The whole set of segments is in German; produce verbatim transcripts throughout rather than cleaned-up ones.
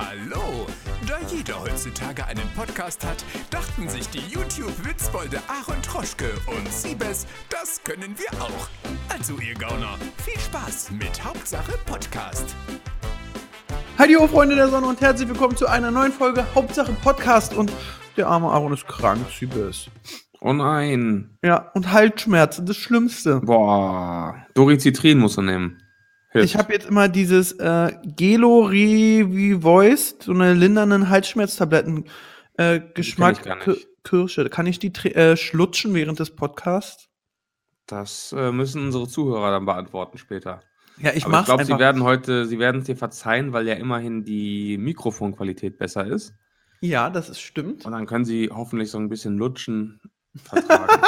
Hallo! Da jeder heutzutage einen Podcast hat, dachten sich die YouTube-Witzbolde Aaron Troschke und Siebes, das können wir auch. Also ihr Gauner, viel Spaß mit Hauptsache Podcast. Hallo Freunde der Sonne und herzlich willkommen zu einer neuen Folge Hauptsache Podcast. Und der arme Aaron ist krank, Siebes. Oh nein. Ja, und Halsschmerzen, das Schlimmste. Boah, Dorizitrin musst du nehmen. Hilft. Ich habe jetzt immer dieses äh, Gelo-Revivoiced, so eine lindernden Halsschmerztabletten äh, Geschmack kenn ich gar nicht. K- Kirsche. Kann ich die tr- äh, schlutschen während des Podcasts? Das äh, müssen unsere Zuhörer dann beantworten später. Ja, ich Aber mach's ich glaube, einfach. sie werden heute, sie werden es dir verzeihen, weil ja immerhin die Mikrofonqualität besser ist. Ja, das ist stimmt. Und dann können sie hoffentlich so ein bisschen lutschen vertragen.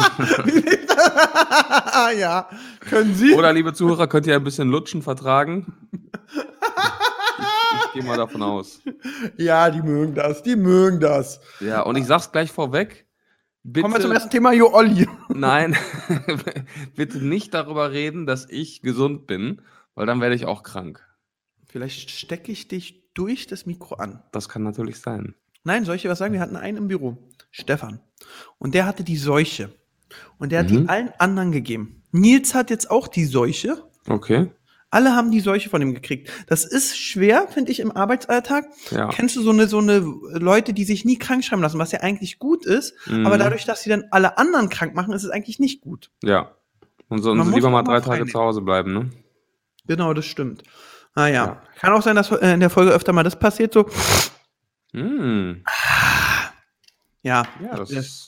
Ja, können Sie? Oder, liebe Zuhörer, könnt ihr ein bisschen lutschen vertragen? Ich, ich, ich gehe mal davon aus. Ja, die mögen das, die mögen das. Ja, und ich sag's gleich vorweg. Bitte, Kommen wir zum ersten Thema, Jo Olli. Nein, bitte nicht darüber reden, dass ich gesund bin, weil dann werde ich auch krank. Vielleicht stecke ich dich durch das Mikro an. Das kann natürlich sein. Nein, soll ich dir was sagen? Wir hatten einen im Büro, Stefan. Und der hatte die Seuche. Und der hat Mhm. die allen anderen gegeben. Nils hat jetzt auch die Seuche. Okay. Alle haben die Seuche von ihm gekriegt. Das ist schwer, finde ich, im Arbeitsalltag. Ja. Kennst du so eine, so eine Leute, die sich nie krank schreiben lassen, was ja eigentlich gut ist. Mhm. Aber dadurch, dass sie dann alle anderen krank machen, ist es eigentlich nicht gut. Ja. Und sollen Man sie muss lieber auch mal mal drei frei Tage nehmen. zu Hause bleiben, ne? Genau, das stimmt. Ah ja. Ja. Kann auch sein, dass äh, in der Folge öfter mal das passiert, so. Mhm. Ja, Ja, das das, ist.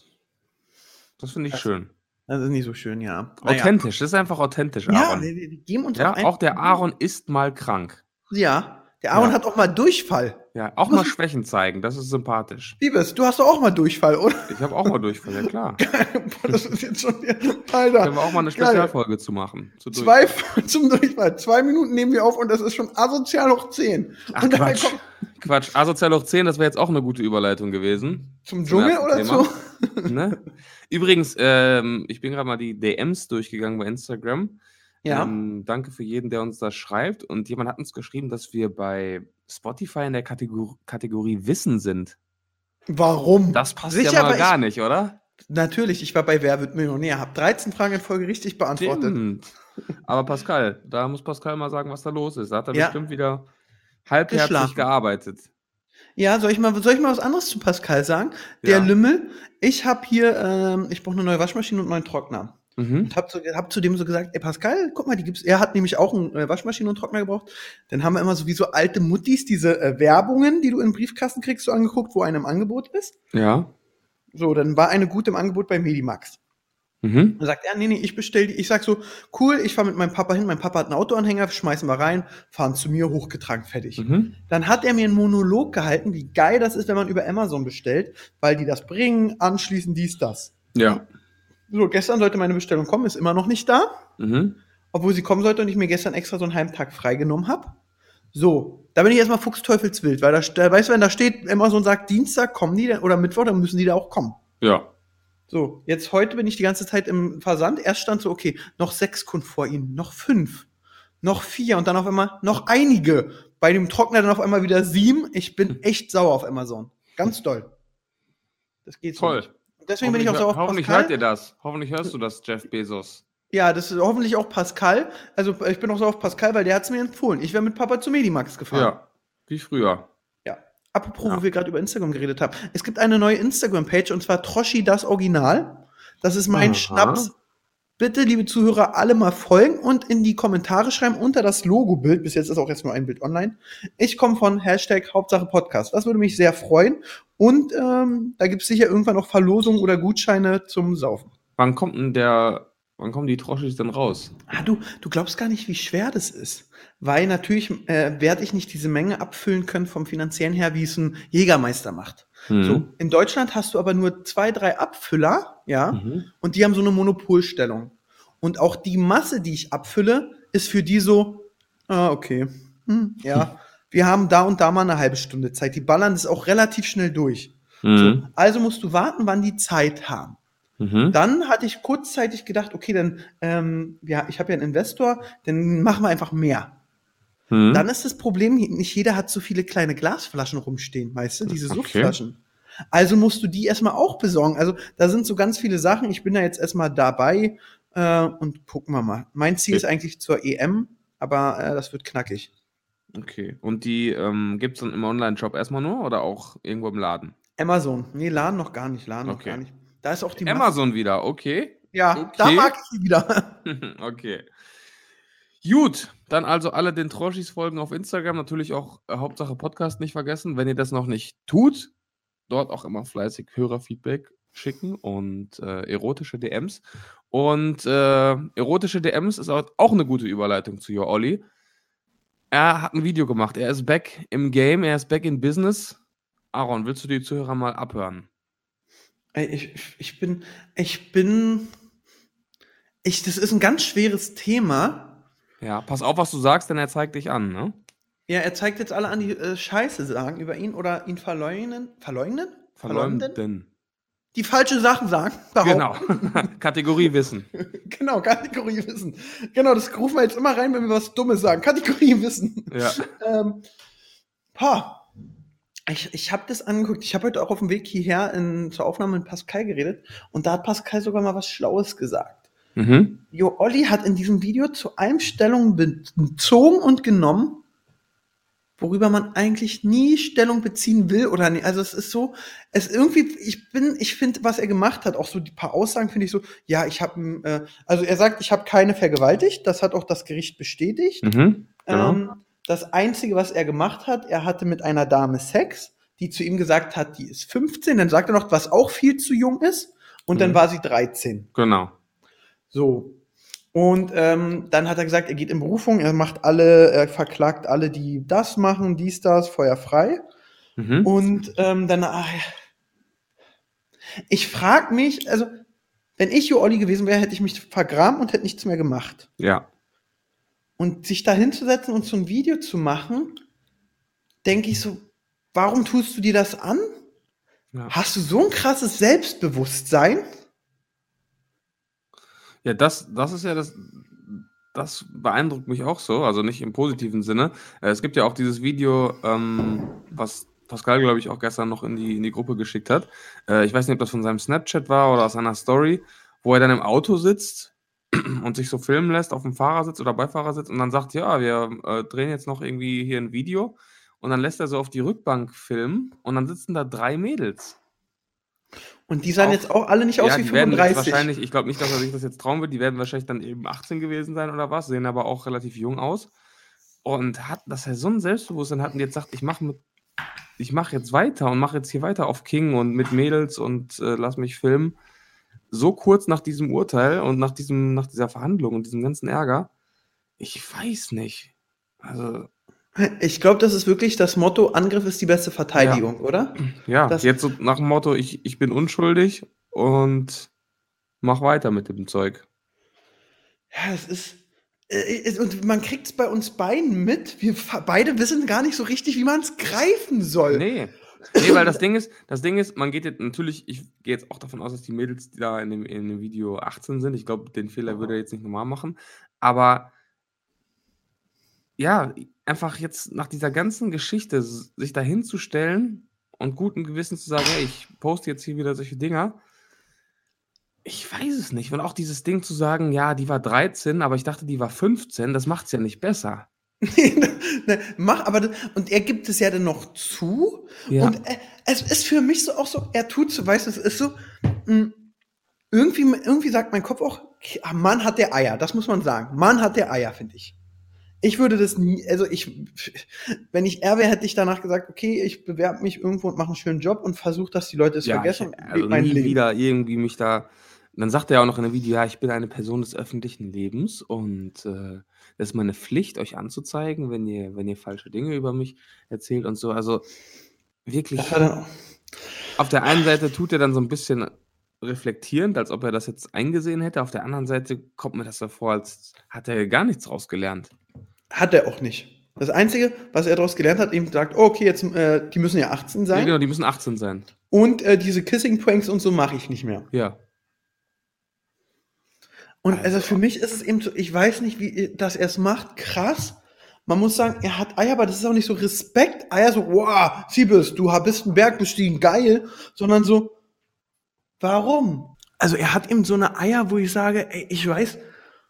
Das finde ich schön. das ist nicht so schön, ja. Naja. Authentisch, das ist einfach authentisch, Ja, Aaron. wir, wir wir geben uns Ja, ein- auch der Aaron ist mal krank. Ja, der Aaron Ja. hat auch mal Durchfall. Ja, auch mal Schwächen zeigen, das ist sympathisch. Liebes, du hast doch auch mal Durchfall, oder? Ich habe auch mal Durchfall, ja klar. Boah, das ist jetzt schon wieder. Können Alter. wir auch mal eine Geil. Spezialfolge zu machen. Zu Durchfall. Zwei zum Durchfall. Zwei Minuten nehmen wir auf und das ist schon asozial hoch zehn. Ach, Und dann Quatsch. kommt Quatsch. Asozial hoch zehn, das wäre jetzt auch eine gute Überleitung gewesen. zum Zum Dschungel ersten oder Thema. zu? Ne? Übrigens, ähm, ich bin gerade mal die D Ms durchgegangen bei Instagram. Ja. Ähm, danke für jeden, der uns das schreibt. Und jemand hat uns geschrieben, dass wir bei Spotify in der Kategor- Kategorie Wissen sind. Warum? Das passt Sicher, ja mal aber gar ich, nicht, oder? Natürlich, ich war bei Wer wird Millionär, hab dreizehn Fragen in Folge richtig beantwortet. Stimmt. Aber Pascal, da muss Pascal mal sagen, was da los ist. Da hat er Ja. bestimmt wieder halbherzig Geschlafen. gearbeitet. Ja, soll ich mal, soll ich mal was anderes zu Pascal sagen? Der Ja. Lümmel, ich habe hier, ähm, ich brauche eine neue Waschmaschine und einen neuen Trockner. Mhm. Und hab, zu, hab zu dem so gesagt, ey Pascal, guck mal, die gibt's. Er hat nämlich auch eine äh, Waschmaschine und Trockner gebraucht. Dann haben wir immer so wie so alte Muttis diese äh, Werbungen, die du in den Briefkasten kriegst, so angeguckt, wo eine im Angebot ist. Ja. So, dann war eine gute im Angebot bei Medimax. Mhm. Dann sagt er, nee, nee, ich bestell die. Ich sag so, cool, ich fahr mit meinem Papa hin. Mein Papa hat einen Autoanhänger, schmeißen wir rein, fahren zu mir, hochgetragen, fertig. Mhm. Dann hat er mir einen Monolog gehalten, wie geil das ist, wenn man über Amazon bestellt, weil die das bringen, anschließen dies, das. Ja. So, gestern sollte meine Bestellung kommen, ist immer noch nicht da. Mhm. Obwohl sie kommen sollte und ich mir gestern extra so einen halben Tag freigenommen habe. So, da bin ich erstmal fuchsteufelswild, weil da, da weißt du, wenn da steht, Amazon sagt Dienstag kommen die dann, oder Mittwoch, dann müssen die da auch kommen. Ja. So, jetzt heute bin ich die ganze Zeit im Versand. Erst stand so, okay, noch sechs Kunden vor Ihnen, noch fünf, noch vier und dann auf einmal noch einige. Bei dem Trockner dann auf einmal wieder sieben. Ich bin echt sauer auf Amazon. Ganz doll. Das geht so Toll. nicht. Und deswegen bin ich auch sauer auf Hoffentlich Pascal. hört ihr das. Hoffentlich hörst du das, Jeff Bezos. Ja, das ist hoffentlich auch Pascal. Also ich bin auch so auf Pascal, weil der hat es mir empfohlen. Ich wäre mit Papa zu Medimax gefahren. Ja. Wie früher. Ja. Apropos, Ja. wo wir gerade über Instagram geredet haben. Es gibt eine neue Instagram-Page und zwar Troschi das Original. Das ist mein Aha. Schnaps. Bitte, liebe Zuhörer, alle mal folgen und in die Kommentare schreiben unter das Logo-Bild. Bis jetzt ist auch jetzt nur ein Bild online. Ich komme von Hashtag Hauptsache Podcast. Das würde mich sehr freuen. Und ähm, da gibt es sicher irgendwann noch Verlosungen oder Gutscheine zum Saufen. Wann kommt denn der, wann kommen die Troschis denn raus? Ah, du, du glaubst gar nicht, wie schwer das ist. Weil natürlich äh, werde ich nicht diese Menge abfüllen können vom finanziellen her, wie es ein Jägermeister macht. Mhm. So, in Deutschland hast du aber nur zwei, drei Abfüller, ja, Mhm. und die haben so eine Monopolstellung. Und auch die Masse, die ich abfülle, ist für die so, ah, okay, hm, ja, wir haben da und da mal eine halbe Stunde Zeit. Die ballern das auch relativ schnell durch. Mhm. So, also musst du warten, wann die Zeit haben. Mhm. Dann hatte ich kurzzeitig gedacht, okay, dann, ähm, ja, ich habe ja einen Investor, dann machen wir einfach mehr. Hm. Dann ist das Problem, nicht jeder hat so viele kleine Glasflaschen rumstehen, weißt du, diese Okay. Suchtflaschen. Also musst du die erstmal auch besorgen. Also da sind so ganz viele Sachen. Ich bin da jetzt erstmal dabei äh, und gucken wir mal. Mein Ziel Okay. ist eigentlich zur E M, aber äh, das wird knackig. Okay. Und die ähm, gibt es dann im Online-Shop erstmal nur oder auch irgendwo im Laden? Amazon. Nee, Laden noch gar nicht, Laden noch Okay. gar nicht. Da ist auch die Maske. Amazon wieder, okay. Ja, da Okay. mag ich sie wieder. Okay. Gut, dann also alle den Troschis folgen auf Instagram, natürlich auch äh, Hauptsache Podcast nicht vergessen. Wenn ihr das noch nicht tut, dort auch immer fleißig Hörerfeedback schicken und äh, erotische D Ms. Und äh, erotische D Ms ist auch auch eine gute Überleitung zu Your Olli. Er hat ein Video gemacht, er ist back im Game, er ist back in Business. Aaron, willst du die Zuhörer mal abhören? Ey, ich, ich bin, ich bin, ich, das ist ein ganz schweres Thema. Ja, pass auf, was du sagst, denn er zeigt dich an, ne? Ja, er zeigt jetzt alle an, die äh, Scheiße sagen über ihn oder ihn verleugnen. Verleugnen? Verleumden. Die falsche Sachen sagen. Genau. behaupten. Kategorie Wissen. Genau, Kategorie Wissen. Genau, das rufen wir jetzt immer rein, wenn wir was Dummes sagen. Kategorie Wissen. Ja. ähm, boah. Ich, ich habe das angeguckt. Ich habe heute auch auf dem Weg hierher in, zur Aufnahme mit Pascal geredet. Und da hat Pascal sogar mal was Schlaues gesagt. Mhm. Jo Olli hat in diesem Video zu allem Stellung bezogen und genommen, worüber man eigentlich nie Stellung beziehen will oder nicht. Also es ist so, es irgendwie, ich bin, ich finde, was er gemacht hat, auch so die paar Aussagen finde ich so, ja, ich habe, äh, also er sagt, ich habe keine vergewaltigt, das hat auch das Gericht bestätigt. Mhm. Genau. Ähm, das Einzige, was er gemacht hat, er hatte mit einer Dame Sex, die zu ihm gesagt hat, die ist fünfzehn, dann sagt er noch, was auch viel zu jung ist, und Mhm. dann war sie dreizehn. Genau. So. Und ähm, dann hat er gesagt, er geht in Berufung, er macht alle, er verklagt alle, die das machen, dies, das, feuerfrei. Mhm. Und ähm, dann, ach, ich frage mich, also, wenn ich Jo Olli gewesen wäre, hätte ich mich vergraben und hätte nichts mehr gemacht. Ja. Und sich da hinzusetzen und so ein Video zu machen, denke ich so, warum tust du dir das an? Ja. Hast du so ein krasses Selbstbewusstsein? Ja, das, das ist ja das, das beeindruckt mich auch so, also nicht im positiven Sinne. Äh, Es gibt ja auch dieses Video, ähm, was Pascal, glaube ich, auch gestern noch in die, in die Gruppe geschickt hat. Äh, ich weiß nicht, ob das von seinem Snapchat war oder aus einer Story, wo er dann im Auto sitzt und sich so filmen lässt, auf dem Fahrersitz oder Beifahrersitz und dann sagt, ja, wir äh, drehen jetzt noch irgendwie hier ein Video und dann lässt er so auf die Rückbank filmen und dann sitzen da drei Mädels. Und die sahen Auch- jetzt auch alle nicht aus Ja, wie die werden jetzt fünfunddreißig. wahrscheinlich, ich glaube nicht, dass er sich das jetzt trauen wird, die werden wahrscheinlich dann eben achtzehn gewesen sein oder was, sehen aber auch relativ jung aus. Und hat, dass er so ein Selbstbewusstsein hat und jetzt sagt, ich mache mit, ich mache jetzt weiter und mache jetzt hier weiter auf King und mit Mädels und äh, lass mich filmen. So kurz nach diesem Urteil und nach diesem, nach dieser Verhandlung und diesem ganzen Ärger, ich weiß nicht. Also, Ich glaube, das ist wirklich das Motto, Angriff ist die beste Verteidigung, oder? ja, Das- jetzt so nach dem Motto, ich, ich bin unschuldig und mach weiter mit dem Zeug. Ja, es ist. äh, es- Und man kriegt es bei uns beiden mit. Wir fa- beide wissen gar nicht so richtig, wie man es greifen soll. Nee. Nee, weil das Ding ist, das Ding ist, man geht jetzt natürlich, ich gehe jetzt auch davon aus, dass die Mädels, die da in dem, in dem Video achtzehn sind. Ich glaube, den Fehler würde er jetzt nicht normal machen. Aber ja, einfach jetzt nach dieser ganzen Geschichte s- sich da hinzustellen und guten Gewissens zu sagen, hey, ich poste jetzt hier wieder solche Dinger. Ich weiß es nicht. Und auch dieses Ding zu sagen, ja, die war dreizehn, aber ich dachte, die war fünfzehn, das macht es ja nicht besser. Ne, Mach, aber das- und er gibt es ja dann noch zu. Ja. Und äh, es ist für mich so auch so, er tut so, weißt du, es ist so, mh, irgendwie, irgendwie sagt mein Kopf auch, okay, ah, Mann hat der Eier, das muss man sagen. Mann hat der Eier, finde ich. Ich würde das nie, also ich, wenn ich er wäre, hätte ich danach gesagt, okay, ich bewerbe mich irgendwo und mache einen schönen Job und versuche, dass die Leute es Ja, vergessen. ich, und also lebe mein nie Leben. wieder irgendwie mich da. Dann sagt er ja auch noch in einem Video, ja, ich bin eine Person des öffentlichen Lebens und äh, das ist meine Pflicht, euch anzuzeigen, wenn ihr, wenn ihr falsche Dinge über mich erzählt und so. Also wirklich, Das hat er auch. auf der einen Seite tut er dann so ein bisschen reflektierend, als ob er das jetzt eingesehen hätte. Auf der anderen Seite kommt mir das so vor, als hat er gar nichts rausgelernt. Hat er auch nicht. Das Einzige, was er daraus gelernt hat, ihm sagt, oh, okay, jetzt, äh, die müssen ja achtzehn Ja, sein. genau, die müssen achtzehn sein. Und äh, diese Kissing-Pranks und so mache ich nicht mehr. Ja. Und also, Also- für mich ist es eben so, ich weiß nicht, wie dass er es macht, krass. man muss sagen, er hat Eier, aber das ist auch nicht so Respekt. Eier so, wow, Siebes, du bist einen Berg bestiegen, geil. Sondern so, warum? Also er hat eben so eine Eier, wo ich sage, ey, ich weiß,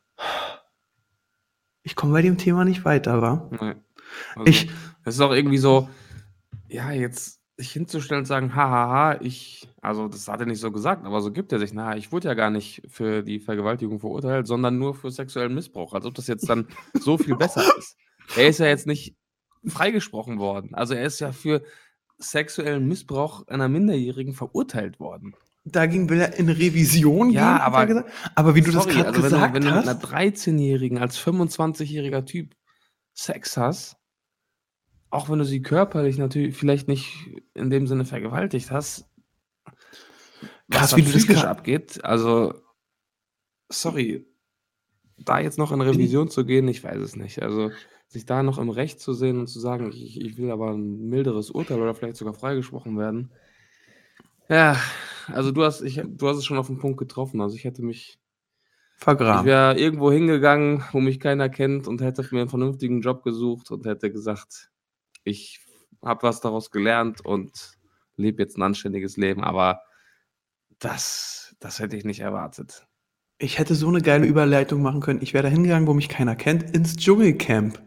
ich komme bei dem Thema nicht weiter, wa? Nee. Also, Ich, es ist auch irgendwie so, ja, jetzt sich hinzustellen und sagen, hahaha, ich, also das hat er nicht so gesagt, aber so gibt er sich, na, ich wurde ja gar nicht für die Vergewaltigung verurteilt, sondern nur für sexuellen Missbrauch, als ob das jetzt dann so viel besser ist. Er ist ja jetzt nicht freigesprochen worden, also er ist ja für sexuellen Missbrauch einer Minderjährigen verurteilt worden. dagegen will er in Revision Ja, gehen, hat aber- er gesagt. Aber wie du das Sorry, gerade also wenn du, gesagt wenn du mit hast, einer dreizehnjährigen als fünfundzwanzigjähriger Typ Sex hast, auch wenn du sie körperlich natürlich vielleicht nicht in dem Sinne vergewaltigt hast, Krass, was da wie du das psychisch grad- abgeht, also sorry, da jetzt noch in Revision zu gehen, ich weiß es nicht. Also sich da noch im Recht zu sehen und zu sagen, ich, ich will aber ein milderes Urteil oder vielleicht sogar freigesprochen werden. Ja, also du hast, ich, du hast es schon auf den Punkt getroffen. Also ich hätte mich, ich vergraben. wäre irgendwo hingegangen, wo mich keiner kennt und hätte mir einen vernünftigen Job gesucht und hätte gesagt, ich habe was daraus gelernt und lebe jetzt ein anständiges Leben, aber das, das hätte ich nicht erwartet. Ich hätte so eine geile Überleitung machen können. Ich wäre da hingegangen, wo mich keiner kennt, ins Dschungelcamp.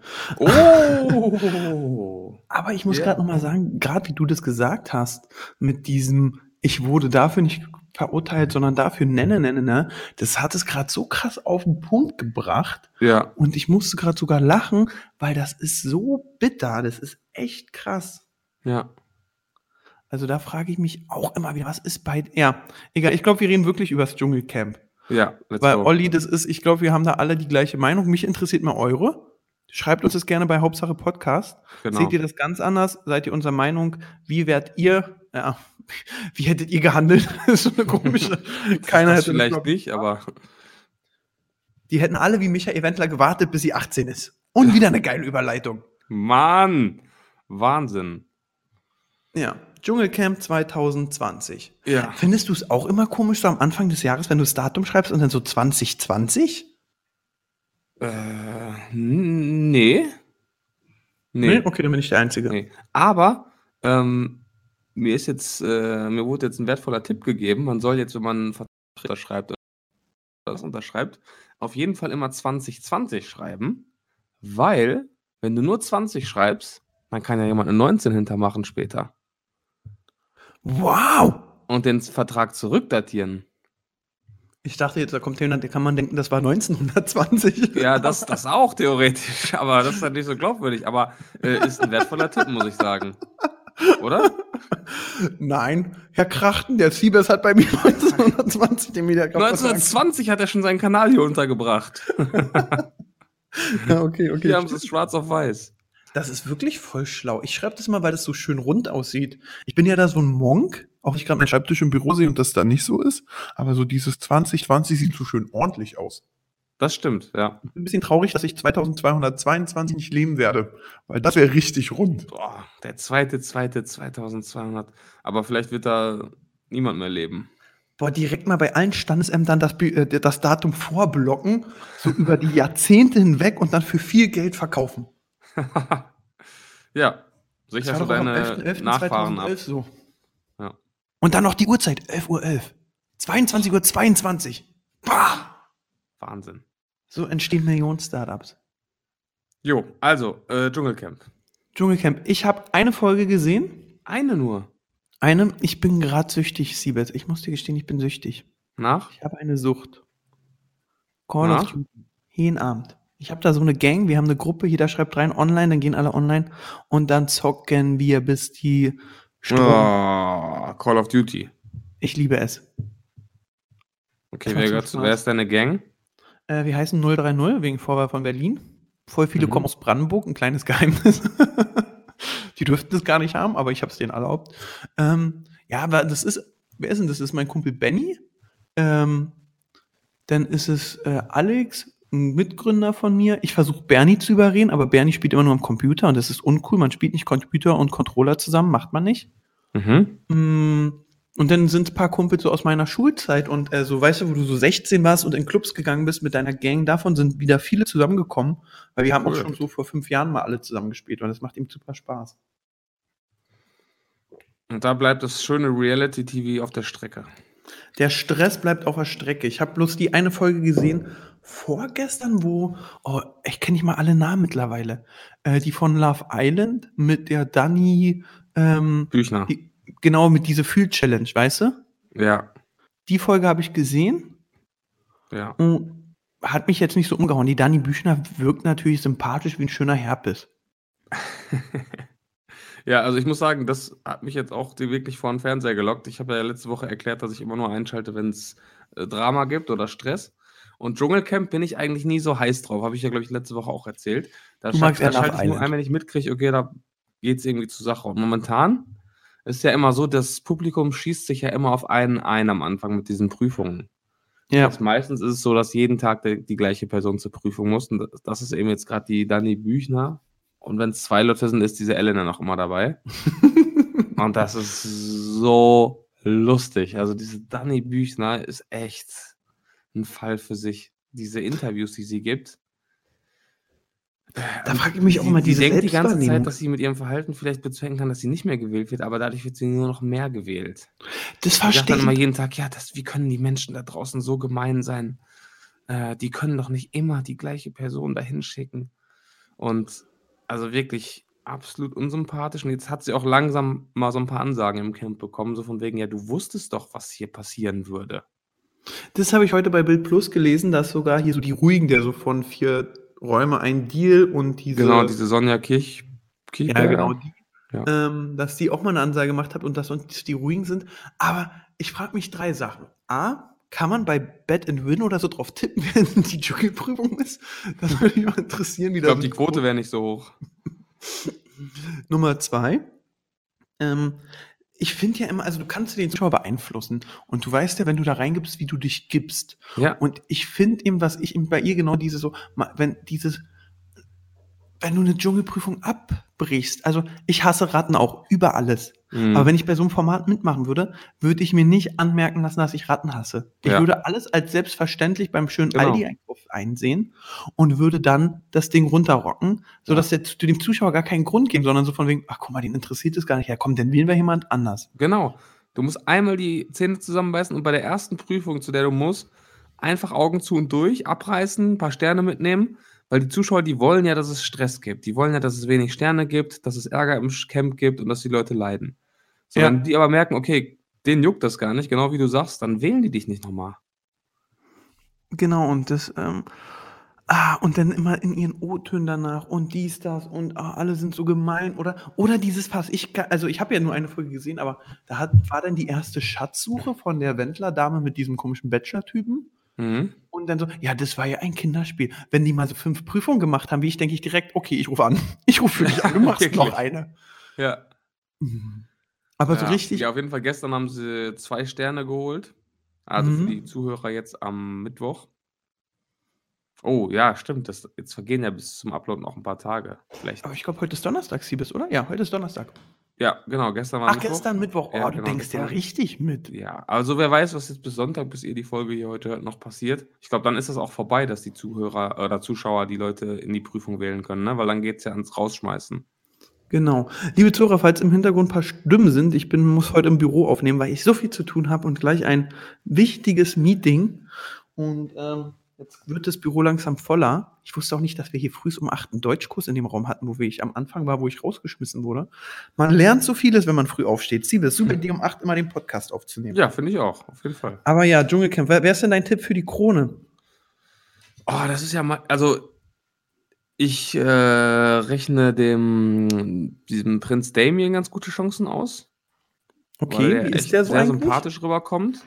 Oh! Aber ich muss Ja. gerade noch mal sagen, gerade wie du das gesagt hast, mit diesem, ich wurde dafür nicht verurteilt, sondern dafür nenne, nenne, ne, das hat es gerade so krass auf den Punkt gebracht. Ja, Und ich musste gerade sogar lachen, weil das ist so bitter, das ist echt krass. ja. Also da frage ich mich auch immer wieder, was ist bei, ja, egal, ich glaube, wir reden wirklich über das Dschungelcamp. Ja, let's Weil go. Olli, das ist, ich glaube, wir haben da alle die gleiche Meinung. Mich interessiert mal eure. Schreibt uns das gerne bei Hauptsache Podcast. Genau. Seht ihr das ganz anders? Seid ihr unserer Meinung? Wie werdet ihr, ja, wie hättet ihr gehandelt? Das ist so eine komische, keiner das hätte vielleicht das, nicht, aber Die hätten alle wie Michael Wendler gewartet, bis sie achtzehn ist. Und wieder eine geile Überleitung. Mann, Wahnsinn. Ja, Dschungelcamp zwanzig zwanzig. Ja. Findest du es auch immer komisch, so am Anfang des Jahres, wenn du das Datum schreibst und dann so zwanzig zwanzig? Äh, n- nee. Nee. Okay, dann bin ich der Einzige. Nee. Aber ähm, mir ist jetzt, äh, mir wurde jetzt ein wertvoller Tipp gegeben. Man soll jetzt, wenn man einen Vertrag unterschreibt, oder das unterschreibt, auf jeden Fall immer zwanzig zwanzig schreiben, weil, wenn du nur zwanzig schreibst, dann kann ja jemand eine neunzehn hintermachen später Wow! und den Vertrag zurückdatieren. Ich dachte jetzt, da kommt jemand, der kann man denken, das war neunzehnhundertzwanzig. Ja, das, das auch theoretisch, aber das ist halt nicht so glaubwürdig. Aber äh, ist ein wertvoller Tipp, muss ich sagen. Oder? Nein, Herr Krachten, der Siebes hat bei mir neunzehnhundertzwanzig den wieder neunzehnhundertzwanzig hat er schon seinen Kanal hier untergebracht. Ja, okay, okay. Hier haben sie es schwarz auf weiß. Das ist wirklich voll schlau. Ich schreibe das mal, weil das so schön rund aussieht. Ich bin ja da so ein Monk, auch wenn ich gerade meinen Schreibtisch im Büro sehe und das da nicht so ist. Aber so dieses zwanzig zwanzig sieht so schön ordentlich aus. Das stimmt, ja. Ich bin ein bisschen traurig, dass ich zweitausendzweihundertzweiundzwanzig nicht leben werde, weil das wäre richtig rund. Boah, der zweite, zweite, zweitausendzweihundert. Aber vielleicht wird da niemand mehr leben. Boah, direkt mal bei allen Standesämtern das, Bi- äh, das Datum vorblocken, so über die Jahrzehnte hinweg und dann für viel Geld verkaufen. Ja, sicher Das für war doch auch am deine elften elften Nachfahren ab. zweitausendelf so. Ja. Und dann noch die Uhrzeit, elf Uhr elf. zweiundzwanzig Uhr zweiundzwanzig. Bah! Wahnsinn. So entstehen Millionen Startups. Jo, also, äh, Dschungelcamp. Dschungelcamp, ich habe eine Folge gesehen. Eine nur. Eine, ich bin gerade süchtig, Siebet. Ich muss dir gestehen, ich bin süchtig. Nach? Ich habe eine Sucht. Call Na? of Duty. Jeden Abend. Ich habe da so eine Gang, wir haben eine Gruppe, jeder schreibt rein online, dann gehen alle online und dann zocken wir, bis die Strom. Oh, Call of Duty. Ich liebe es. Okay, Das macht wer, so gehört, Spaß. wer ist deine Gang? Äh, wir heißen null drei null wegen Vorwahl von Berlin. Voll viele Mhm. kommen aus Brandenburg, ein kleines Geheimnis. Die dürften das gar nicht haben, aber ich habe es denen erlaubt. Ähm, ja, aber das ist, wer ist denn das? Das ist mein Kumpel Benny. Ähm, dann ist es äh, Alex, ein Mitgründer von mir. Ich versuche Bernie zu überreden, aber Bernie spielt immer nur am Computer und das ist uncool. Man spielt nicht Computer und Controller zusammen, macht man nicht. Mhm. Mm, Und dann sind ein paar Kumpels so aus meiner Schulzeit und äh, so, weißt du, wo du so sechzehn warst und in Clubs gegangen bist mit deiner Gang, davon sind wieder viele zusammengekommen, weil wir haben auch Cool. schon so vor fünf Jahren mal alle zusammengespielt und das macht ihm super Spaß. Und da bleibt das schöne Reality-T V auf der Strecke. Der Stress bleibt auf der Strecke. Ich habe bloß die eine Folge gesehen, vorgestern, wo, oh, ich kenne nicht mal alle Namen mittlerweile, äh, die von Love Island mit der Dani, ähm, Büchner. die, genau, mit dieser Fühl-Challenge, weißt du? Ja, Die Folge habe ich gesehen ja. und hat mich jetzt nicht so umgehauen. Die Dani Büchner wirkt natürlich sympathisch wie ein schöner Herpes. Ja, also ich muss sagen, das hat mich jetzt auch wirklich vor den Fernseher gelockt. Ich habe ja letzte Woche erklärt, dass ich immer nur einschalte, wenn es äh, Drama gibt oder Stress. Und Dschungelcamp bin ich eigentlich nie so heiß drauf. Habe ich ja, glaube ich, letzte Woche auch erzählt. Da, Du scha- magst da eher Love schalte ich nur Island. ein, wenn ich mitkriege, okay, da geht es irgendwie zur Sache. Und momentan ist ja immer so, das Publikum schießt sich ja immer auf einen ein am Anfang mit diesen Prüfungen. Ja, Jetzt meistens ist es so, dass jeden Tag die, die gleiche Person zur Prüfung muss. Und das, das ist eben jetzt gerade die Dani Büchner. Und wenn es zwei Leute sind, ist diese Elena noch immer dabei. Und das ist so lustig. Also diese Dani Büchner ist echt ein Fall für sich. Diese Interviews, die sie gibt. da frage ich mich auch immer, Sie diese denkt die ganze Selbstwahrnehmung. Zeit, dass sie mit ihrem Verhalten vielleicht bezwecken kann, dass sie nicht mehr gewählt wird, aber dadurch wird sie nur noch mehr gewählt. Das Ich dachte verstehe dann immer ich. jeden Tag, ja, das, wie können die Menschen da draußen so gemein sein? Äh, die können doch nicht immer die gleiche Person dahin schicken. Und also wirklich absolut unsympathisch. Und jetzt hat sie auch langsam mal so ein paar Ansagen im Camp bekommen, so von wegen, ja, du wusstest doch, was hier passieren würde. Das habe ich heute bei Bild Plus gelesen, dass sogar hier so die Ruhigen, der so von vier Räume ein Deal und diese, Genau, diese Sonja Kirch, ja Kirchberger. genau die, Ja. ähm, dass die auch mal eine Ansage gemacht hat und dass uns die Ruhigen sind. Aber ich frage mich drei Sachen. A, kann man bei Bet and Win oder so drauf tippen, wenn die Dschungelprüfung ist? Das würde mich mal interessieren, wie Ich das glaube, die Quote wäre nicht so hoch. Nummer zwei, ähm, ich finde ja immer, also du kannst den Zuschauer beeinflussen und du weißt ja, wenn du da reingibst, wie du dich gibst. Ja, Und ich finde eben, was ich eben bei ihr genau diese so, ma- wenn dieses, wenn du eine Dschungelprüfung abbrichst, also ich hasse Ratten auch über alles. Mhm. Aber wenn ich bei so einem Format mitmachen würde, würde ich mir nicht anmerken lassen, dass ich Ratten hasse. Ich Ja. würde alles als selbstverständlich beim schönen Genau. Aldi-Einkauf einsehen und würde dann das Ding runterrocken, sodass jetzt du dem Zuschauer gar keinen Grund geben, sondern so von wegen, ach guck mal, den interessiert es gar nicht. Ja komm, dann wählen wir jemand anders. Genau. Du musst einmal die Zähne zusammenbeißen und bei der ersten Prüfung, zu der du musst, einfach Augen zu und durch, abreißen, ein paar Sterne mitnehmen, weil die Zuschauer, die wollen ja, dass es Stress gibt. Die wollen ja, dass es wenig Sterne gibt, dass es Ärger im Camp gibt und dass die Leute leiden. So, Ja. wenn die aber merken, okay, denen juckt das gar nicht, genau wie du sagst, dann wählen die dich nicht nochmal. Genau, und das, ähm, ah, und dann immer in ihren O-Tönen danach und dies, das und ah, alle sind so gemein oder oder dieses Pass. Ich kann, also ich habe ja nur eine Folge gesehen, aber da hat, war dann die erste Schatzsuche von der Wendler-Dame mit diesem komischen Bachelor-Typen. Mhm. Und dann so, ja, das war ja ein Kinderspiel. Wenn die mal so fünf Prüfungen gemacht haben, wie ich, denke ich direkt, okay, ich rufe an. Ich rufe für dich an, du machst Wirklich? noch eine. Ja. Aber so Ja, richtig, Ja, auf jeden Fall, gestern haben sie zwei Sterne geholt. Also für Mhm. die Zuhörer jetzt am Mittwoch. Oh, ja, stimmt. Das, jetzt vergehen ja bis zum Upload noch ein paar Tage. Vielleicht. aber ich glaube, heute ist Donnerstag, Siebes, oder? Ja, heute ist Donnerstag. Ja, genau, gestern war Ach, Mittwoch. gestern Mittwoch. Oh, Ja, du genau, denkst ja gestern. richtig mit. Ja, also wer weiß, was jetzt bis Sonntag, bis ihr die Folge hier heute hört, noch passiert. Ich glaube, dann ist das auch vorbei, dass die Zuhörer oder Zuschauer die Leute in die Prüfung wählen können, ne? Weil dann geht es ja ans Rausschmeißen. Genau. Liebe Zuhörer, falls im Hintergrund ein paar Stimmen sind, ich bin, muss heute im Büro aufnehmen, weil ich so viel zu tun habe und gleich ein wichtiges Meeting. Und ähm, jetzt wird das Büro langsam voller. Ich wusste auch nicht, dass wir hier früh um acht einen Deutschkurs in dem Raum hatten, wo ich am Anfang war, wo ich rausgeschmissen wurde. Man lernt so vieles, wenn man früh aufsteht. Sie, es ist super, dir um acht immer den Podcast aufzunehmen. Ja, finde ich auch, auf jeden Fall. Aber ja, Dschungelcamp, wer, wer ist denn dein Tipp für die Krone? Oh, das ist ja mal, also ich äh, rechne dem diesem Prinz Damien ganz gute Chancen aus. weil Okay, der wie echt ist der so sehr eigentlich? sympathisch rüberkommt.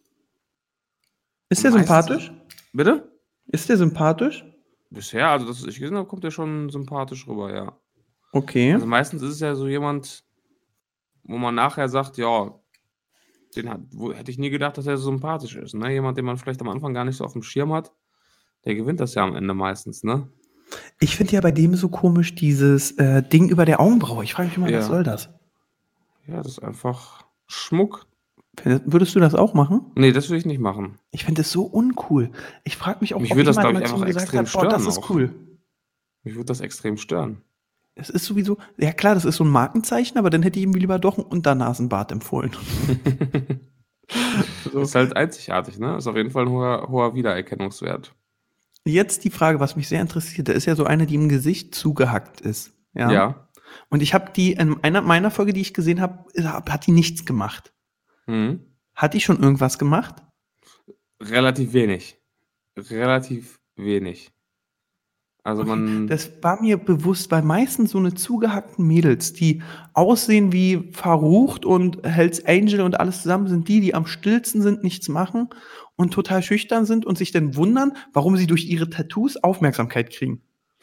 Ist der Und meistens- sympathisch? Bitte? Ist der sympathisch? Bisher, also das, was ich gesehen habe, kommt der schon sympathisch rüber, ja. Okay. Also meistens ist es ja so jemand, wo man nachher sagt, ja, den hat, wo, hätte ich nie gedacht, dass er so sympathisch ist. Ne? Jemand, den man vielleicht am Anfang gar nicht so auf dem Schirm hat, der gewinnt das ja am Ende meistens, ne? Ich finde ja bei dem so komisch dieses äh, Ding über der Augenbraue. Ich frage mich mal, Ja. was soll das? Ja, das ist einfach Schmuck. Würdest du das auch machen? Nee, das würde ich nicht machen. Ich finde das so uncool. Ich frage mich auch, Mich ob würde das, jemand glaube mal ich, zu einfach mir gesagt extrem hat, boah, das stören ist auch. cool. Mich würde das extrem stören. Es ist sowieso, ja klar, das ist so ein Markenzeichen, aber dann hätte ich ihm lieber doch einen Unternasenbart empfohlen. Das ist halt einzigartig, ne? Ist auf jeden Fall ein hoher, hoher Wiedererkennungswert. Jetzt die Frage, was mich sehr interessiert, da ist ja so eine, die im Gesicht zugehackt ist. Ja. Ja. Und ich habe die, in einer meiner Folge, die ich gesehen habe, hat die nichts gemacht. Mhm. Hat die schon irgendwas gemacht? Relativ wenig. Relativ wenig. Also Okay, man. das war mir bewusst, weil meistens so eine zugehackten Mädels, die aussehen wie verrucht und Hells Angel und alles zusammen, sind die, die am stillsten sind, nichts machen und total schüchtern sind und sich dann wundern, warum sie durch ihre Tattoos Aufmerksamkeit kriegen.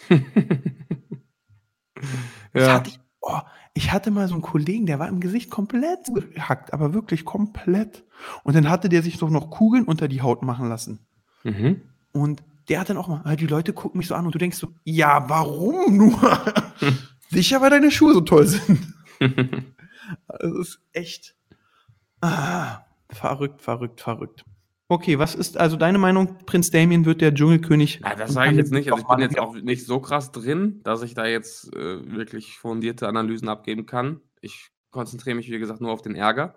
Das Ja. hatte ich, oh, ich hatte mal so einen Kollegen, der war im Gesicht komplett zugehackt, aber wirklich komplett. Und dann hatte der sich doch noch Kugeln unter die Haut machen lassen. Mhm. Und der hat dann auch mal, die Leute gucken mich so an und du denkst so, ja, warum nur? Sicher, weil deine Schuhe so toll sind. Das ist echt ah, verrückt, verrückt, verrückt. Okay, was ist also deine Meinung? Prinz Damien wird der Dschungelkönig? Ja, das und sage kann ich jetzt den nicht. Also ich doch bin mal jetzt wieder- auch nicht so krass drin, dass ich da jetzt äh, wirklich fundierte Analysen abgeben kann. Ich konzentriere mich, wie gesagt, nur auf den Ärger.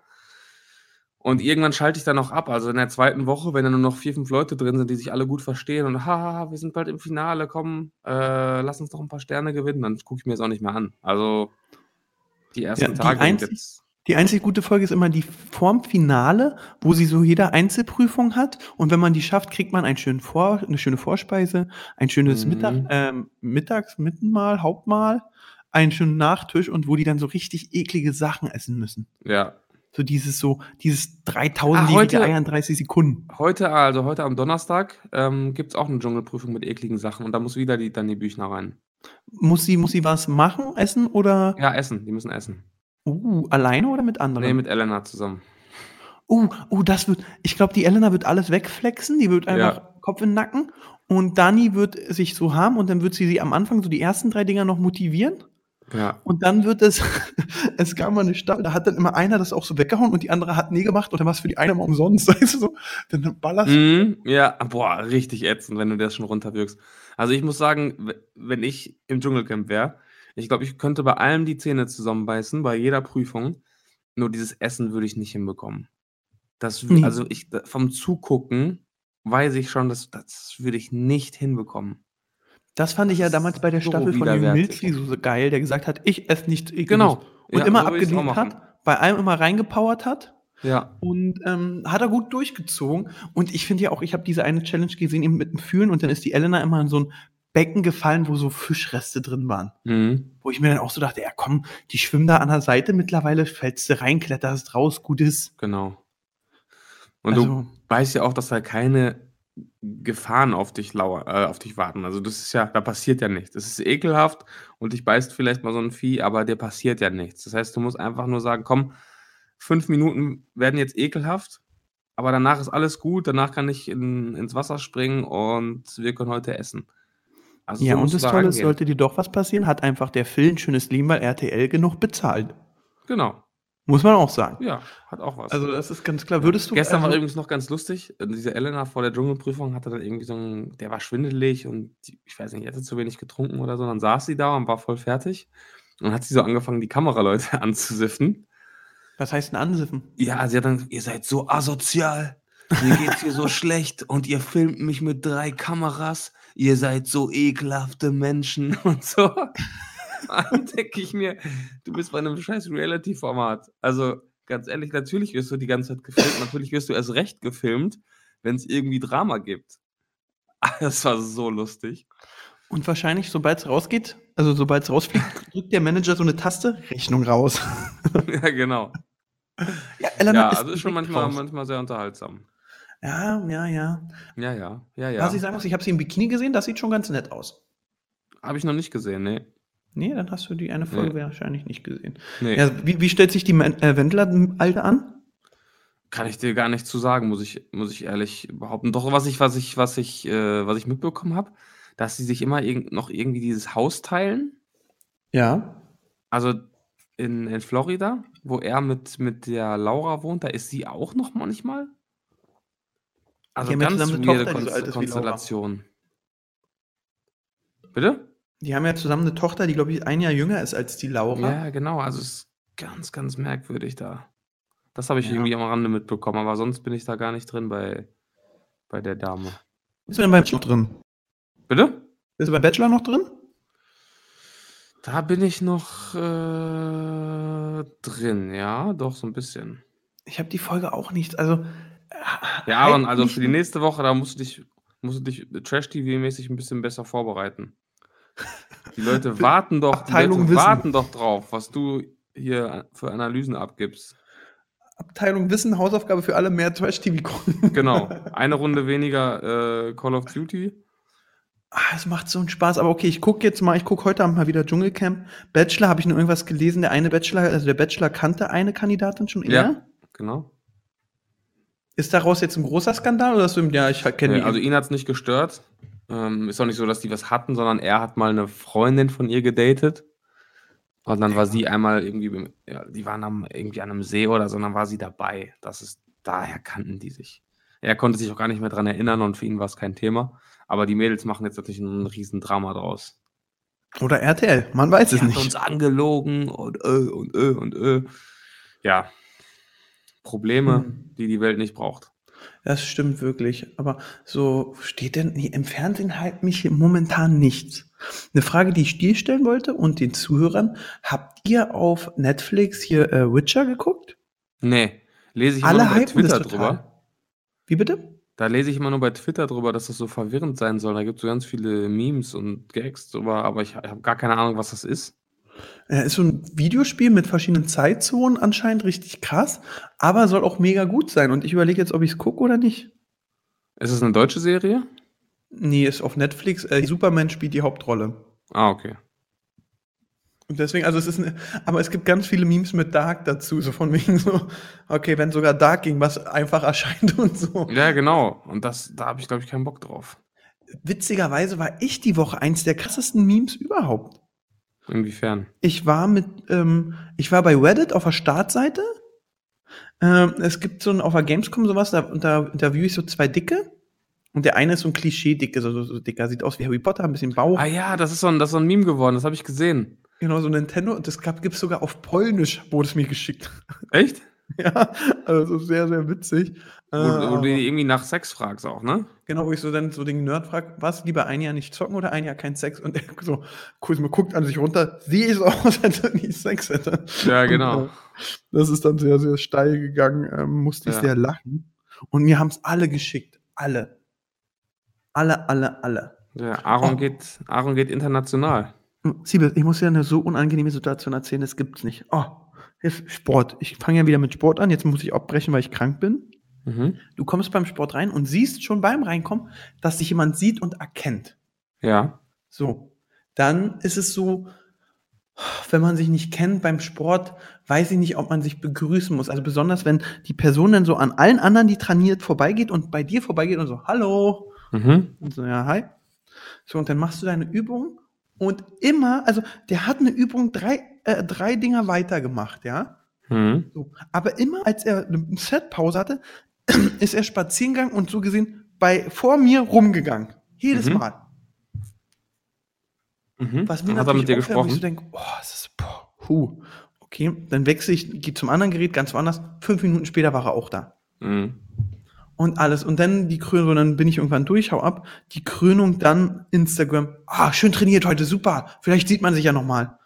Und irgendwann schalte ich dann auch ab. Also in der zweiten Woche, wenn dann nur noch vier, fünf Leute drin sind, die sich alle gut verstehen und haha, wir sind bald im Finale, komm, äh, lass uns doch ein paar Sterne gewinnen, dann gucke ich mir das auch nicht mehr an. Also die ersten Ja, die Tage einzig- und jetzt. Die einzig gute Folge ist immer die vorm Finale, wo sie so jeder Einzelprüfung hat. Und wenn man die schafft, kriegt man einen schönen Vor eine schöne Vorspeise, ein schönes Mhm. Mittag, ähm, Mittags-, Mittenmahl, Hauptmahl, einen schönen Nachtisch und wo die dann so richtig eklige Sachen essen müssen. Ja. So dieses so, dieses dreitausend-jährige Ah, heute- Eier in dreißig Sekunden. Heute, also heute am Donnerstag, ähm, gibt es auch eine Dschungelprüfung mit ekligen Sachen und da muss wieder die, dann die Büchner rein. Muss sie, muss sie was machen, essen oder Ja, essen, die müssen essen. uh, alleine oder mit anderen? Nee, mit Elena zusammen. Oh, oh, das wird, ich glaube, die Elena wird alles wegflexen, die wird einfach Ja. Kopf in den Nacken und Dani wird sich so haben und dann wird sie sie am Anfang so die ersten drei Dinger noch motivieren Ja. und dann wird es, es gab mal eine Staffel, da hat dann immer einer das auch so weggehauen und die andere hat nie gemacht und dann war es für die eine mal umsonst, weißt du so, dann ballerst du. Mhm, ja, boah, richtig ätzend, wenn du das schon runterwirkst. Also ich muss sagen, w- wenn ich im Dschungelcamp wäre, ich glaube, ich könnte bei allem die Zähne zusammenbeißen, bei jeder Prüfung, nur dieses Essen würde ich nicht hinbekommen. Das, w- Nee. also ich, da- vom Zugucken weiß ich schon, dass, das würde ich nicht hinbekommen. Das fand ich ja damals bei der So Staffel von Jürgen widerwärtig. Milzli so, so geil, der gesagt hat, ich esse nichts Ekliges. Genau. Und Ja, immer so würde ich's auch abgelehnt machen. hat, bei allem immer reingepowert hat. Ja. Und ähm, hat er gut durchgezogen. Und ich finde ja auch, ich habe diese eine Challenge gesehen, eben mit dem Fühlen. Und dann ist die Elena immer in so ein Becken gefallen, wo so Fischreste drin waren. Mhm. Wo ich mir dann auch so dachte, ja komm, die schwimmen da an der Seite mittlerweile, fällst du rein, kletterst raus, gut ist. Genau. Und Also- du weißt ja auch, dass da keine Gefahren auf dich lauern, äh, auf dich warten. Also das ist ja, da passiert ja nichts. Es ist ekelhaft und dich beißt vielleicht mal so ein Vieh, aber dir passiert ja nichts. Das heißt, du musst einfach nur sagen, komm, fünf Minuten werden jetzt ekelhaft, aber danach ist alles gut, danach kann ich in, ins Wasser springen und wir können heute essen. Also Ja, so und musst du das da Tolle ist, rangehen. sollte dir doch was passieren, hat einfach der Phil ein schönes Leben, weil R T L genug bezahlt. Genau. Muss man auch sagen. Ja, hat auch was. Also das ist ganz klar. Würdest du Gestern war also, übrigens noch ganz lustig. äh, Diese Elena vor der Dschungelprüfung hatte dann irgendwie so ein, der war schwindelig und die, ich weiß nicht, die hatte zu wenig getrunken oder so. Dann saß sie da und war voll fertig. Und dann hat sie so angefangen, die Kameraleute anzusiffen. was heißt denn ansiffen? Ja, sie hat dann, ihr seid so asozial. Mir geht's hier so schlecht und ihr filmt mich mit drei Kameras. Ihr seid so ekelhafte Menschen und so. Dann denke ich mir, du bist bei einem scheiß Reality-Format. Also ganz ehrlich, natürlich wirst du die ganze Zeit gefilmt, natürlich wirst du erst recht gefilmt, wenn es irgendwie Drama gibt. Das war so lustig. Und wahrscheinlich, sobald es rausgeht, also sobald es rausfliegt, drückt der Manager so eine Taste, Rechnung raus. Ja, genau. Ja, Elena Ja, ist also ist schon direkt manchmal, raus. manchmal sehr unterhaltsam. Ja, ja, ja. Ja, ja, ja, ja. Was ich sagen muss, ich habe sie im Bikini gesehen, das sieht schon ganz nett aus. Habe ich noch nicht gesehen, nee. Nee, dann hast du die eine Folge Nee. wahrscheinlich nicht gesehen. Nee. Ja, wie, wie stellt sich die Men- äh, Wendler-Alte an? Kann ich dir gar nicht zu sagen, muss ich, muss ich ehrlich behaupten. Doch, was ich, was ich, was ich, äh, was ich mitbekommen habe, dass sie sich immer irg noch irgendwie dieses Haus teilen. Ja. Also, in, in Florida, wo er mit, mit der Laura wohnt, da ist sie auch noch manchmal? Also haben ja ganz zusammen eine weirde Tochter, die so alt ist wie Laura. Konstellation. Bitte? Die haben ja zusammen eine Tochter, die, glaube ich, ein Jahr jünger ist als die Laura. Ja, genau. Also es ist ganz, ganz merkwürdig da. Das habe ich Ja. irgendwie am Rande mitbekommen, aber sonst bin ich da gar nicht drin bei, bei der Dame. Bist du denn beim Bachelor drin? Bitte? Bist du beim Bachelor noch drin? Da bin ich noch äh, drin, ja, doch, so ein bisschen. Ich habe die Folge auch nicht, also Ja, Aaron, also für die nächste Woche, da musst du dich, musst du dich Trash-T V-mäßig ein bisschen besser vorbereiten. Die Leute warten doch, die Abteilung Leute Wissen. warten doch drauf, was du hier für Analysen abgibst. Abteilung Wissen, Hausaufgabe für alle, mehr Trash-T V gucken. Genau, eine Runde weniger äh, Call of Duty. Ah, es macht so einen Spaß, aber okay, ich gucke jetzt mal, ich gucke heute Abend mal wieder Dschungelcamp. Bachelor, habe ich nur irgendwas gelesen, der eine Bachelor, also der Bachelor kannte eine Kandidatin schon eher. Ja, genau. Ist daraus jetzt ein großer Skandal oder ist so, ja, ich kenne Äh, die. also ihn hat es nicht gestört. Ähm, ist auch nicht so, dass die was hatten, sondern er hat mal eine Freundin von ihr gedatet. Und dann war sie einmal irgendwie, beim- ja, die waren am, irgendwie an einem See oder so, und dann war sie dabei. Das ist, daher kannten die sich. Er konnte sich auch gar nicht mehr dran erinnern und für ihn war es kein Thema. Aber die Mädels machen jetzt natürlich ein riesen Drama draus. Oder R T L, man weiß Die es hat nicht. uns angelogen und äh und äh und äh. Ja. Probleme, Hm. die die Welt nicht braucht. Das stimmt wirklich. Aber so steht denn, nee, im Fernsehen halt mich momentan nichts. Eine Frage, die ich dir stellen wollte und den Zuhörern, habt ihr auf Netflix hier äh, Witcher geguckt? Nee, lese ich immer Alle nur bei hypen das Twitter total. drüber. Wie bitte? Da lese ich immer nur bei Twitter drüber, dass das so verwirrend sein soll. Da gibt es so ganz viele Memes und Gags drüber, aber ich habe gar keine Ahnung, was das ist. Äh, ist so ein Videospiel mit verschiedenen Zeitzonen, anscheinend richtig krass, aber soll auch mega gut sein. Und ich überlege jetzt, ob ich es gucke oder nicht. Ist es eine deutsche Serie? Nee, ist auf Netflix. Äh, Superman spielt die Hauptrolle. Ah, okay. Und deswegen, also es ist eine, aber es gibt ganz viele Memes mit Dark dazu, so von wegen so, okay, wenn sogar Dark gegen was einfach erscheint und so. Ja, genau. Und das, da habe ich, glaube ich, keinen Bock drauf. Witzigerweise war ich die Woche eins der krassesten Memes überhaupt. Inwiefern? Ich war mit, ähm, ich war bei Reddit auf der Startseite. Ähm, es gibt so ein, auf der Gamescom sowas, da, da interviewe ich so zwei Dicke. Und der eine ist so ein Klischee-Dicke, so, so, so dicker, sieht aus wie Harry Potter, ein bisschen Bauch. Ah ja, das ist so ein, das ist so ein Meme geworden, das habe ich gesehen. Genau, so Nintendo. Und das gibt es sogar auf Polnisch, wurde es mir geschickt. Echt? Ja, also sehr, sehr witzig. Wo, Äh, wo du die irgendwie nach Sex fragst auch, ne? Genau, wo ich so dann so den Nerd frage, was, lieber ein Jahr nicht zocken oder ein Jahr kein Sex? Und er so, kurz mal guckt an sich runter, sehe ich so aus, als wenn ich Sex hätte. Ja, genau. Und, äh, das ist dann sehr, sehr steil gegangen, ähm, musste ich Ja. sehr lachen. Und mir haben es alle geschickt. Alle. Alle, alle, alle. Ja, Aaron, Oh. geht, Aaron geht international. Siebel, ich muss dir eine so unangenehme Situation erzählen, das gibt's nicht. Oh, jetzt Sport. Ich fange ja wieder mit Sport an, jetzt muss ich abbrechen, weil ich krank bin. Mhm. Du kommst beim Sport rein und siehst schon beim Reinkommen, dass dich jemand sieht und erkennt. Ja. So, dann ist es so, wenn man sich nicht kennt beim Sport, weiß ich nicht, ob man sich begrüßen muss. Also besonders, wenn die Person dann so an allen anderen, die trainiert, vorbeigeht und bei dir vorbeigeht und so, hallo. Mhm. Und so, ja, hi. So, und dann machst du deine Übung und immer, also der hat eine Übung drei, äh, drei Dinger weitergemacht, ja. Mhm. So. Aber immer, als er eine Setpause hatte, ist er spazieren gegangen und so gesehen bei, vor mir rumgegangen. Jedes Mhm. Mal. Mhm. Was mir Hat er mit dir auffällt, wo ich so gesprochen? denke, oh, es ist, boah, hu. Okay, dann wechsle ich, gehe zum anderen Gerät, ganz woanders. Fünf Minuten später war er auch da. Mhm. Und alles. Und dann die Krönung, und dann bin ich irgendwann durch, hau ab. Die Krönung dann Instagram. Ah, schön trainiert heute, super. Vielleicht sieht man sich ja nochmal.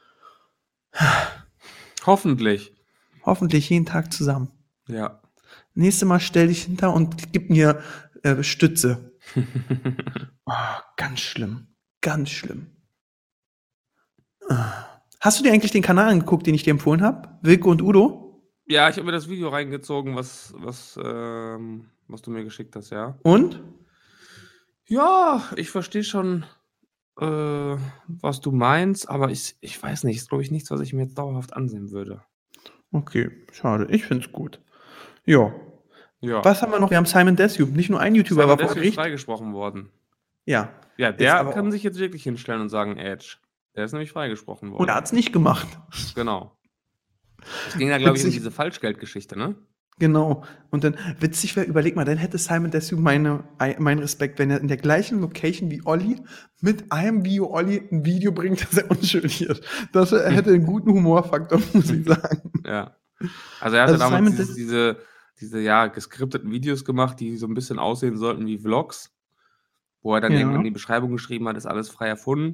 Hoffentlich. Hoffentlich jeden Tag zusammen. Ja. Nächstes Mal stell dich hinter und gib mir äh, Stütze. Oh, ganz schlimm. Ganz schlimm. Ah. Hast du dir eigentlich den Kanal angeguckt, den ich dir empfohlen habe? Wilke und Udo? Ja, ich habe mir das Video reingezogen, was, was, ähm, was du mir geschickt hast, ja. Und? Ja, ich verstehe schon, äh, was du meinst, aber ich, ich weiß nicht, ist glaube ich nichts, was ich mir jetzt dauerhaft ansehen würde. Okay, schade. Ich find's gut. Ja. Ja. Was haben wir noch? Wir haben Simon Desue. Nicht nur ein YouTuber Simon war vor Desue ist Gericht. freigesprochen worden. Ja. Ja, Ist der aber kann auch- sich jetzt wirklich hinstellen und sagen, Edge. Der ist nämlich freigesprochen Und er worden. hat's nicht gemacht. Genau. Es ging ja, glaube ich, um Witzig. diese Falschgeldgeschichte, ne? Genau. Und dann, witzig wäre, überleg mal, dann hätte Simon Desue meine, meinen Respekt, wenn er in der gleichen Location wie Olli mit einem Video Olli ein Video bringt, dass er unschuldig ist. Das äh, hätte einen guten Humorfaktor, muss ich sagen. Ja. Also er hatte Also damals Simon diese, Des- diese, diese, ja, geskripteten Videos gemacht, die so ein bisschen aussehen sollten wie Vlogs, wo er dann Ja. irgendwann die Beschreibung geschrieben hat, ist alles frei erfunden.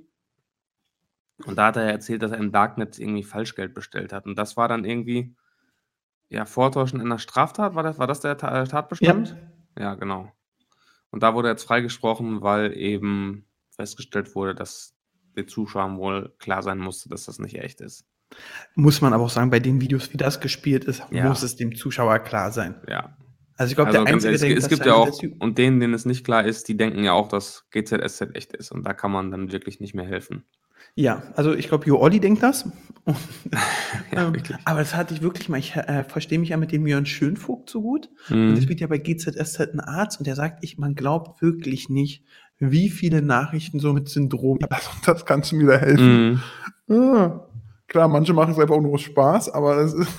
Und da hat er ja erzählt, dass er im Darknet irgendwie Falschgeld bestellt hat. Und das war dann irgendwie, ja, Vortäuschen einer Straftat, war das, war das der Ta- Tatbestand? Ja, genau. Und da wurde er jetzt freigesprochen, weil eben festgestellt wurde, dass den Zuschauern wohl klar sein musste, dass das nicht echt ist. Muss man aber auch sagen, bei den Videos, wie das gespielt ist, Ja. muss es dem Zuschauer klar sein. Ja. Also ich glaube, Also der ganz Einzige, ehrlich, der es, denkt, es dass gibt ja Simon auch, Desue- und denen, denen es nicht klar ist, die denken ja auch, dass G Z S Z echt ist. Und da kann man dann wirklich nicht mehr helfen. Ja, also ich glaube, Jo Olli denkt das. Und, Ja, ähm, wirklich. aber das hatte ich wirklich mal, ich äh, verstehe mich ja mit dem Jörn Schönvogt so gut. Und es Mhm. spielt ja bei G Z S Z ein Arzt und der sagt, ich, man glaubt wirklich nicht, wie viele Nachrichten so mit Syndrom. Das, das kannst du mir da helfen. Mhm. Ah, klar, manche machen es einfach nur aus Spaß, aber das ist.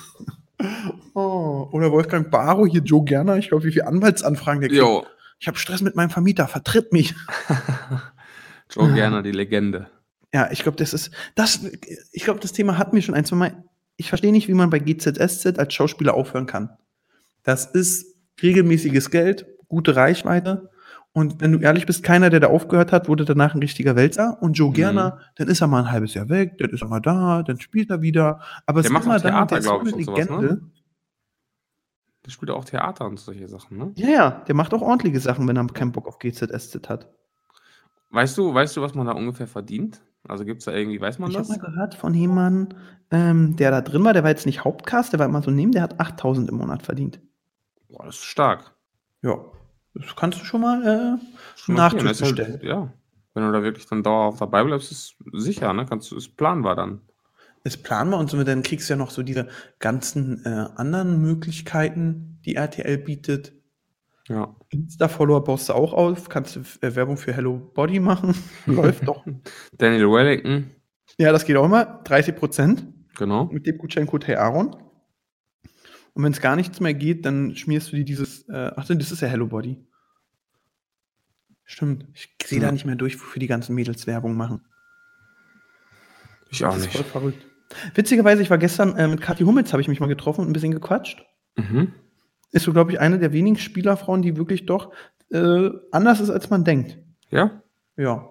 Oh. Oder Wolfgang Barrow, hier Joe Gerner, ich glaube, wie viele Anwaltsanfragen der kriegt. Jo. Ich habe Stress mit meinem Vermieter, vertritt mich. Joe Gerner, die Legende. Ja, ich glaube, das ist, das, ich glaube, das Thema hatten wir schon ein, zwei Mal. Ich verstehe nicht, wie man bei G Z S Z als Schauspieler aufhören kann. Das ist regelmäßiges Geld, gute Reichweite. Und wenn du ehrlich bist, keiner, der da aufgehört hat, wurde danach ein richtiger Wälzer. Und Joe Mhm. Gerner, dann ist er mal ein halbes Jahr weg, dann ist er mal da, dann spielt er wieder. Aber Der es macht ist immer auch dann, Theater, der ist so glaub eine ich, und sowas, ne? Legende. Der spielt auch Theater und solche Sachen, ne? Ja, ja, der macht auch ordentliche Sachen, wenn er keinen Bock auf G Z S Z hat. Weißt du, weißt du, was man da ungefähr verdient? Also gibt es da irgendwie, weiß man Ich habe das? mal gehört von jemandem, ähm, der da drin war, der war jetzt nicht Hauptcast, der war immer so neben, der hat achttausend im Monat verdient. Boah, das ist stark. Ja, das kannst du schon mal äh, Schon Nachtisch okay, ne? Ist halt, bestellen. ja. Wenn du da wirklich dann dauerhaft dabei bleibst, ist sicher, ne? Kannst du, ist planbar dann. Ist planbar und so, dann kriegst du ja noch so diese ganzen äh, anderen Möglichkeiten, die R T L bietet. Ja. Insta-Follower baust du auch auf, kannst du äh, Werbung für Hello Body machen. Läuft doch. Daniel Wellington, Ja, das geht auch immer. dreißig Prozent genau. mit dem Gutscheincode Hey Aaron. Und wenn es gar nichts mehr geht, dann schmierst du dir dieses, äh, ach, das ist ja Hello Body. Stimmt. Ich sehe Ja. da nicht mehr durch, wofür die ganzen Mädels Werbung machen. Ich auch Das ist nicht. voll verrückt. Witzigerweise, ich war gestern äh, mit Kathi Hummels, habe ich mich mal getroffen und ein bisschen gequatscht. Mhm. Ist so, glaube ich, eine der wenigen Spielerfrauen, die wirklich doch äh, anders ist, als man denkt. Ja? Ja.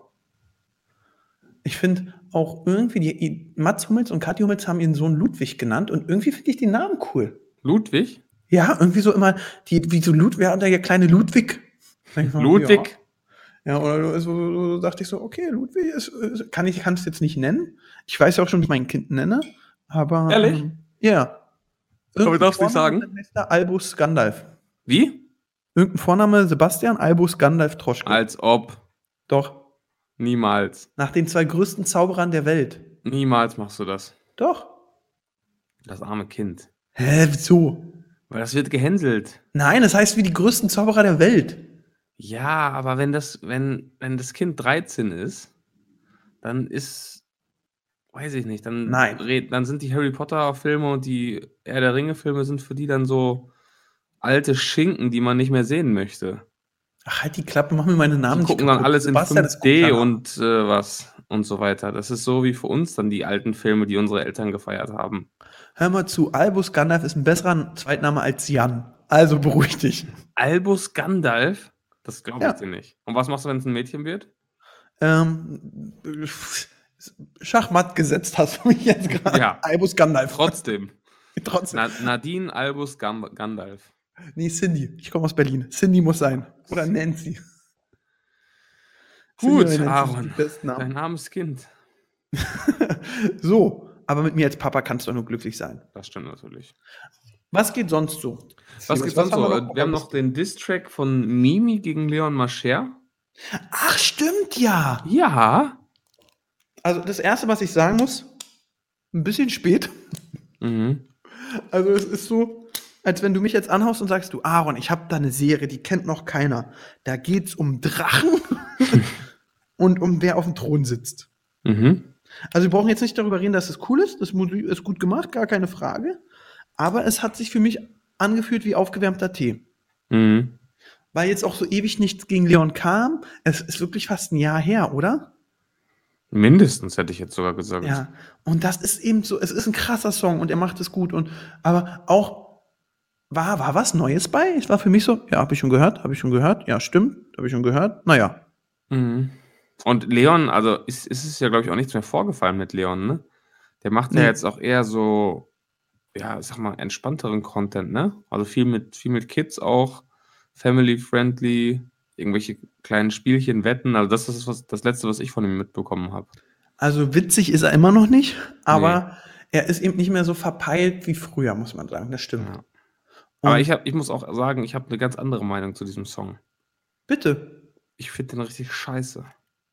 Ich finde auch irgendwie, die Mats Hummels und Kathi Hummels haben ihren Sohn Ludwig genannt und irgendwie finde ich den Namen cool. Ludwig? Ja, irgendwie so immer, die, wie so Ludwig, wer der kleine Ludwig. Denk ich mal, Ludwig? Ja, ja oder so, so dachte ich so, okay, Ludwig ist, ist kann ich kann es jetzt nicht nennen. Ich weiß ja auch schon, wie ich mein Kind nenne, aber Ehrlich? Ähm, ja. Aber du darfst nicht Vorname, sagen. dann heißt er Albus Gandalf. Wie? Irgendein Vorname Sebastian Albus Gandalf Troschke. Als ob. Doch. Niemals. Nach den zwei größten Zauberern der Welt. Niemals machst du das. Doch. Das arme Kind. Hä, wieso? Weil das wird gehänselt. Nein, das heißt wie die größten Zauberer der Welt. Ja, aber wenn das, wenn, wenn das Kind dreizehn ist, dann ist, weiß ich nicht, dann, Nein. red, dann sind die Harry Potter-Filme und die Herr der Ringe-Filme sind für die dann so alte Schinken, die man nicht mehr sehen möchte. Ach, halt die Klappe, mach mir meine Namen Die nicht gucken dann kaputt. alles in Sebastian ist fünf D guter Name. und äh, was und so weiter. Das ist so wie für uns dann die alten Filme, die unsere Eltern gefeiert haben. Hör mal zu, Albus Gandalf ist ein besserer Zweitname als Jan. Also beruhig dich. Albus Gandalf? Das glaube ich Ja. dir nicht. Und was machst du, wenn es ein Mädchen wird? Ähm, Schachmatt gesetzt hast du mich jetzt gerade. Ja. Albus Gandalf. Trotzdem. Trotzdem. Na, Nadine Albus Gam Gandalf. Nee, Cindy. Ich komme aus Berlin. Cindy muss sein. Oder Nancy. Gut, Cindy oder Nancy Aaron. sind die besten Namen. Dein armes Kind. So, aber mit mir als Papa kannst du nur glücklich sein. Das stimmt natürlich. Was geht sonst so? Was gibt's sonst so? wir Wir, noch? wir haben noch den Diss-Track von Mimi gegen Leon Mascher. Ach, stimmt ja. Ja. Also das Erste, was ich sagen muss, ein bisschen spät. Mhm. Also es ist so, als wenn du mich jetzt anhaust und sagst, du Aaron, ich habe da eine Serie, die kennt noch keiner. Da geht's um Drachen und um wer auf dem Thron sitzt. Mhm. Also wir brauchen jetzt nicht darüber reden, dass es cool ist. Das Musik ist gut gemacht, gar keine Frage. Aber es hat sich für mich angefühlt wie aufgewärmter Tee. Mhm. Weil jetzt auch so ewig nichts gegen Leon kam. Es ist wirklich fast ein Jahr her, oder? Mindestens, hätte ich jetzt sogar gesagt. Ja. Und das ist eben so, es ist ein krasser Song und er macht es gut. Und aber auch war, war was Neues bei? Es war für mich so, ja, habe ich schon gehört, habe ich schon gehört, ja, stimmt, habe ich schon gehört. Naja. Mhm. Und Leon, also ist, ist es ja, glaube ich, auch nichts mehr vorgefallen mit Leon, ne? Der macht ja Nee. jetzt auch eher so, ja, ich sag mal, entspannteren Content, ne? Also viel mit, viel mit Kids auch, family-friendly, irgendwelche kleinen Spielchen, Wetten. Also das ist was, das Letzte, was ich von ihm mitbekommen habe. Also witzig ist er immer noch nicht, aber er ist eben nicht mehr so verpeilt wie früher, muss man sagen. Das stimmt. Ja. Aber Und ich, hab, ich muss auch sagen, ich habe eine ganz andere Meinung zu diesem Song. bitte. Ich finde den richtig scheiße.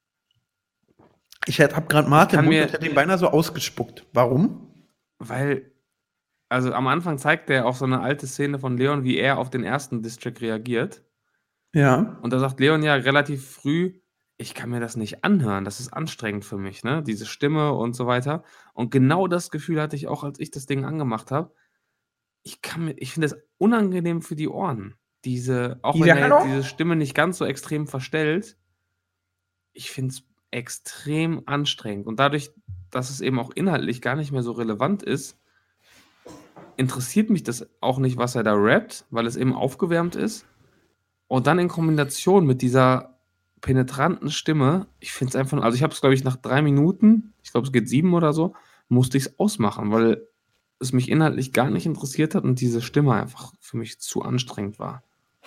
Ich habe gerade Martin kann im Mund mir- und hätte ihn beinahe so ausgespuckt. Warum? Weil, also am Anfang zeigt er auch so eine alte Szene von Leon, wie er auf den ersten Distrack reagiert. Ja. Und da sagt Leon ja relativ früh, ich kann mir das nicht anhören, das ist anstrengend für mich, ne? Diese Stimme und so weiter. Und genau das Gefühl hatte ich auch, als ich das Ding angemacht habe. Ich kann mir, ich finde es unangenehm für die Ohren. Diese, auch Diese wenn er Hallo? jetzt diese Stimme nicht ganz so extrem verstellt, ich finde es extrem anstrengend. Und dadurch, dass es eben auch inhaltlich gar nicht mehr so relevant ist, interessiert mich das auch nicht, was er da rappt, weil es eben aufgewärmt ist. Und dann in Kombination mit dieser penetranten Stimme, ich finde es einfach, also ich habe es, glaube ich, nach drei Minuten, ich glaube, es geht sieben oder so, musste ich es ausmachen, weil es mich inhaltlich gar nicht interessiert hat und diese Stimme einfach für mich zu anstrengend war.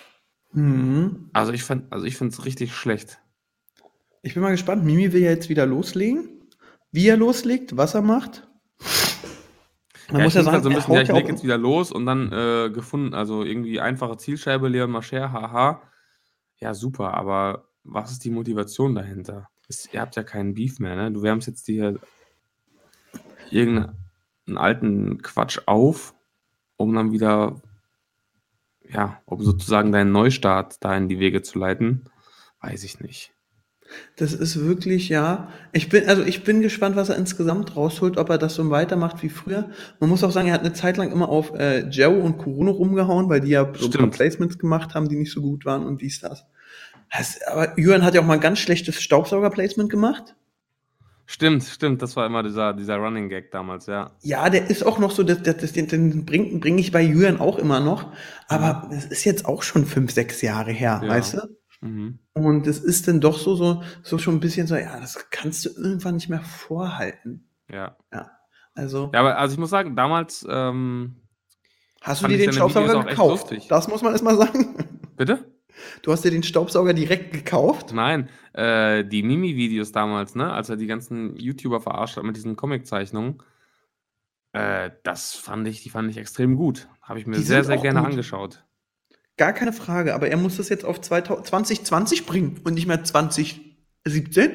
Mhm. Also ich fand, also ich finde es richtig schlecht. Ich bin mal gespannt. Mimi will ja jetzt wieder loslegen. Wie er loslegt, was er macht. Man Ja, muss ich ja finde sagen, halt so ein er bisschen, ja, haut ich ja leg auch. jetzt wieder los und dann äh, gefunden, also irgendwie einfache Zielscheibe, Leon Mascher, haha. Ja, super, aber was ist die Motivation dahinter? Ist, ihr habt ja keinen Beef mehr, ne? Du wärmst jetzt hier irgendeinen alten Quatsch auf, um dann wieder, ja, um sozusagen deinen Neustart da in die Wege zu leiten. Weiß ich nicht. Das ist wirklich, ja. Ich bin, also ich bin gespannt, was er insgesamt rausholt, ob er das so weitermacht wie früher. Man muss auch sagen, er hat eine Zeit lang immer auf äh, Joe und Kuruno rumgehauen, weil die ja so ein paar Stimmt. Placements gemacht haben, die nicht so gut waren und dies, das. das aber Jürgen hat ja auch mal ein ganz schlechtes Staubsauger-Placement gemacht. Stimmt, stimmt, das war immer dieser, dieser Running Gag damals, ja. Ja, der ist auch noch so, das, das, das, den bringe bring ich bei Jürgen auch immer noch. Aber das ist jetzt auch schon fünf, sechs Jahre her, Ja. weißt du? Mhm. Und es ist dann doch so, so, so schon ein bisschen so, ja, das kannst du irgendwann nicht mehr vorhalten. Ja. Ja. Also, Ja, aber also ich muss sagen, damals, ähm, hast du fand dir ich den seine Videos Staubsauger auch echt gekauft? lustig. Das muss man erstmal sagen. Bitte? Du hast dir den Staubsauger direkt gekauft? Nein, äh, die Mimi-Videos damals, ne, als er die ganzen YouTuber verarscht hat mit diesen Comic-Zeichnungen, äh, das fand ich, die fand ich extrem gut. Habe ich mir Die sehr, sind sehr auch gerne gut. angeschaut. Gar keine Frage, aber er muss das jetzt auf zwanzig zwanzig bringen und nicht mehr zwanzig siebzehn.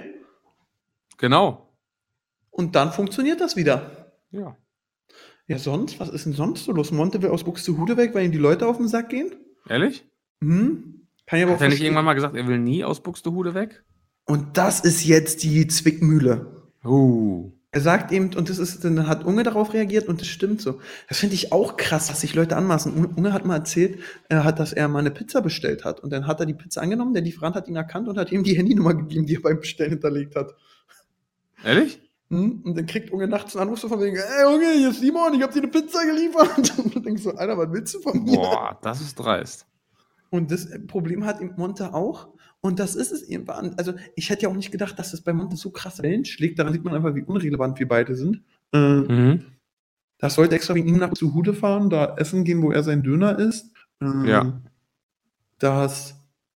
Genau. Und dann funktioniert das wieder. Ja. Ja, sonst? Was ist denn sonst so los? Monte will aus Buxtehude weg, weil ihm die Leute auf den Sack gehen? Ehrlich? Hm? Kann ich aber auch Hat er nicht verstehen. irgendwann mal gesagt, er will nie aus Buxtehude weg? Und das ist jetzt die Zwickmühle. Uh. Er sagt eben, und das ist, dann hat Unge darauf reagiert und das stimmt so. Das finde ich auch krass, dass sich Leute anmaßen. Unge- Unge hat mal erzählt, er hat, dass er mal eine Pizza bestellt hat. Und dann hat er die Pizza angenommen, der Lieferant hat ihn erkannt und hat ihm die Handynummer gegeben, die er beim Bestellen hinterlegt hat. Ehrlich? Hm? Und dann kriegt Unge nachts einen Anruf so von wegen, ey Unge, hier ist Simon, ich hab dir eine Pizza geliefert. Und du denkst so, Alter, was willst du von mir? Boah, das ist dreist. Und das Problem hat eben Monte auch. Und das ist es eben. Also, ich hätte ja auch nicht gedacht, dass es bei Monte so krass Wellen schlägt. Daran sieht man einfach, wie unrelevant wir beide sind. Äh, Mhm. Das sollte extra wegen ihm nach Buxtehude fahren, da essen gehen, wo er sein Döner isst. Ähm, Ja. Dass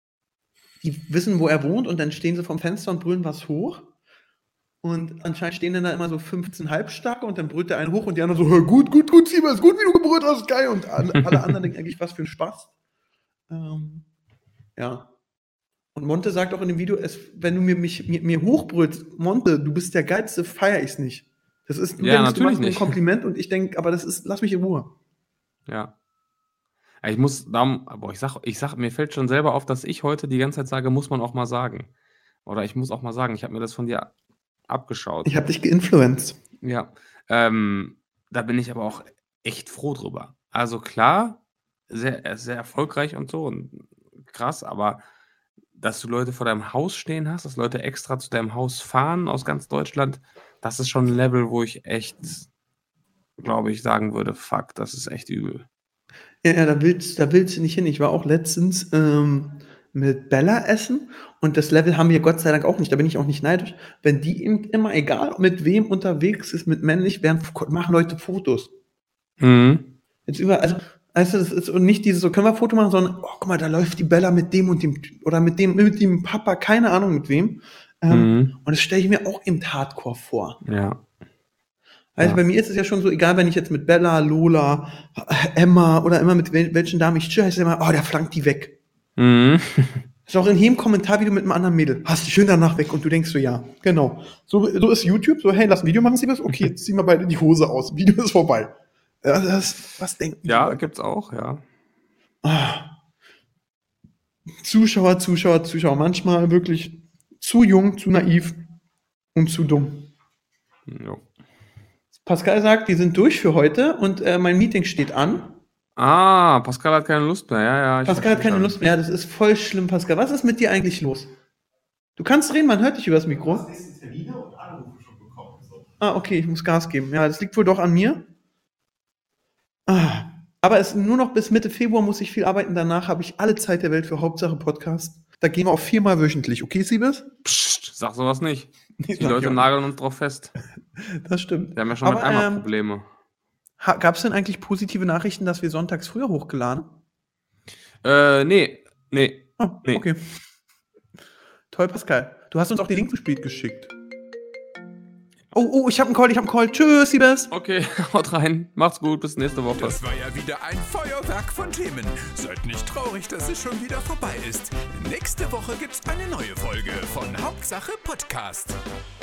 die wissen, wo er wohnt und dann stehen sie vom Fenster und brüllen was hoch. Und anscheinend stehen dann da immer so fünfzehn Halbstarke und dann brüllt der eine hoch und die anderen so, "Hör, gut, gut, gut, Simon, ist gut, wie du gebrüllt hast, geil." Und alle, alle anderen denken eigentlich, was für ein Spaß. Ähm, ja. Und Monte sagt auch in dem Video, es, wenn du mir, mich, mir, mir hochbrüllst, Monte, du bist der Geilste, feier ich's nicht. Das ist, du Ja, denkst, du natürlich machst mir ein nicht. Kompliment und ich denke, aber das ist, lass mich in Ruhe. Ja. Ja, Ich muss, darum, boah, ich sag, ich sag, mir fällt schon selber auf, dass ich heute die ganze Zeit sage, muss man auch mal sagen. Oder ich muss auch mal sagen, ich habe mir das von dir abgeschaut. Ich habe dich geinfluenced. Ja, ähm, da bin ich aber auch echt froh drüber. Also klar, sehr, sehr erfolgreich und so und krass, aber dass du Leute vor deinem Haus stehen hast, dass Leute extra zu deinem Haus fahren aus ganz Deutschland, das ist schon ein Level, wo ich echt, glaube ich, sagen würde, fuck, das ist echt übel. Ja, ja, da willst, da willst du nicht hin. Ich war auch letztens ähm, mit Bella essen und das Level haben wir Gott sei Dank auch nicht. Da bin ich auch nicht neidisch. Wenn die eben immer, egal mit wem unterwegs ist, mit männlich, werden, machen Leute Fotos. Mhm. Jetzt über, also, weißt du, das ist und nicht dieses so, können wir ein Foto machen, sondern, oh, guck mal, da läuft die Bella mit dem und dem, oder mit dem, mit dem Papa, keine Ahnung mit wem. Ähm, Mhm. Und das stelle ich mir auch eben Hardcore vor. Ja. Also Ja. bei mir ist es ja schon so, egal, wenn ich jetzt mit Bella, Lola, Emma oder immer mit wel welchen Damen ich chill, heißt es immer, oh, der flankt die weg. Mhm. Das ist auch in jedem Kommentar wie du mit einem anderen Mädel. Hast du schön danach weg und du denkst so, ja, genau. So, so ist YouTube, so, hey, lass ein Video machen, Siebes, okay, jetzt ziehen wir beide die Hose aus. Video ist vorbei. Ja, das, was denken die Ja, Leute? gibt's auch, ja. Ah. Zuschauer, Zuschauer, Zuschauer, manchmal wirklich zu jung, zu naiv und zu dumm. Jo. Pascal sagt, wir sind durch für heute und äh, mein Meeting steht an. Ah, Pascal hat keine Lust mehr. Ja, ja. ich Pascal hat verstehe keine schon. Lust mehr. Ja, das ist voll schlimm, Pascal. Was ist mit dir eigentlich los? Du kannst reden, man hört dich übers Mikro. Ah, okay, ich muss Gas geben. Ja, das liegt wohl doch an mir. Ah, aber es nur noch bis Mitte Februar muss ich viel arbeiten. Danach habe ich alle Zeit der Welt für Hauptsache Podcast. Da gehen wir auf viermal wöchentlich. Okay, Siebes? Psst, sag sowas nicht. Nee, Die sag Leute ich auch nageln uns drauf fest. nicht. Das stimmt. Wir haben ja schon Aber, mit einmal ähm, Probleme. Gab es denn eigentlich positive Nachrichten, dass wir sonntags früher hochgeladen? Äh, nee. Nee. Ah, Nee. okay. Toll, Pascal. Du hast uns auch den Link zu spät geschickt. Oh, oh, ich habe einen Call, ich habe einen Call. Tschüss, Siebes. Okay, haut rein. Macht's gut. Bis nächste Woche. Das war ja wieder ein Feuerwerk von Themen. Seid nicht traurig, dass es schon wieder vorbei ist. Nächste Woche gibt's eine neue Folge von Hauptsache Podcast.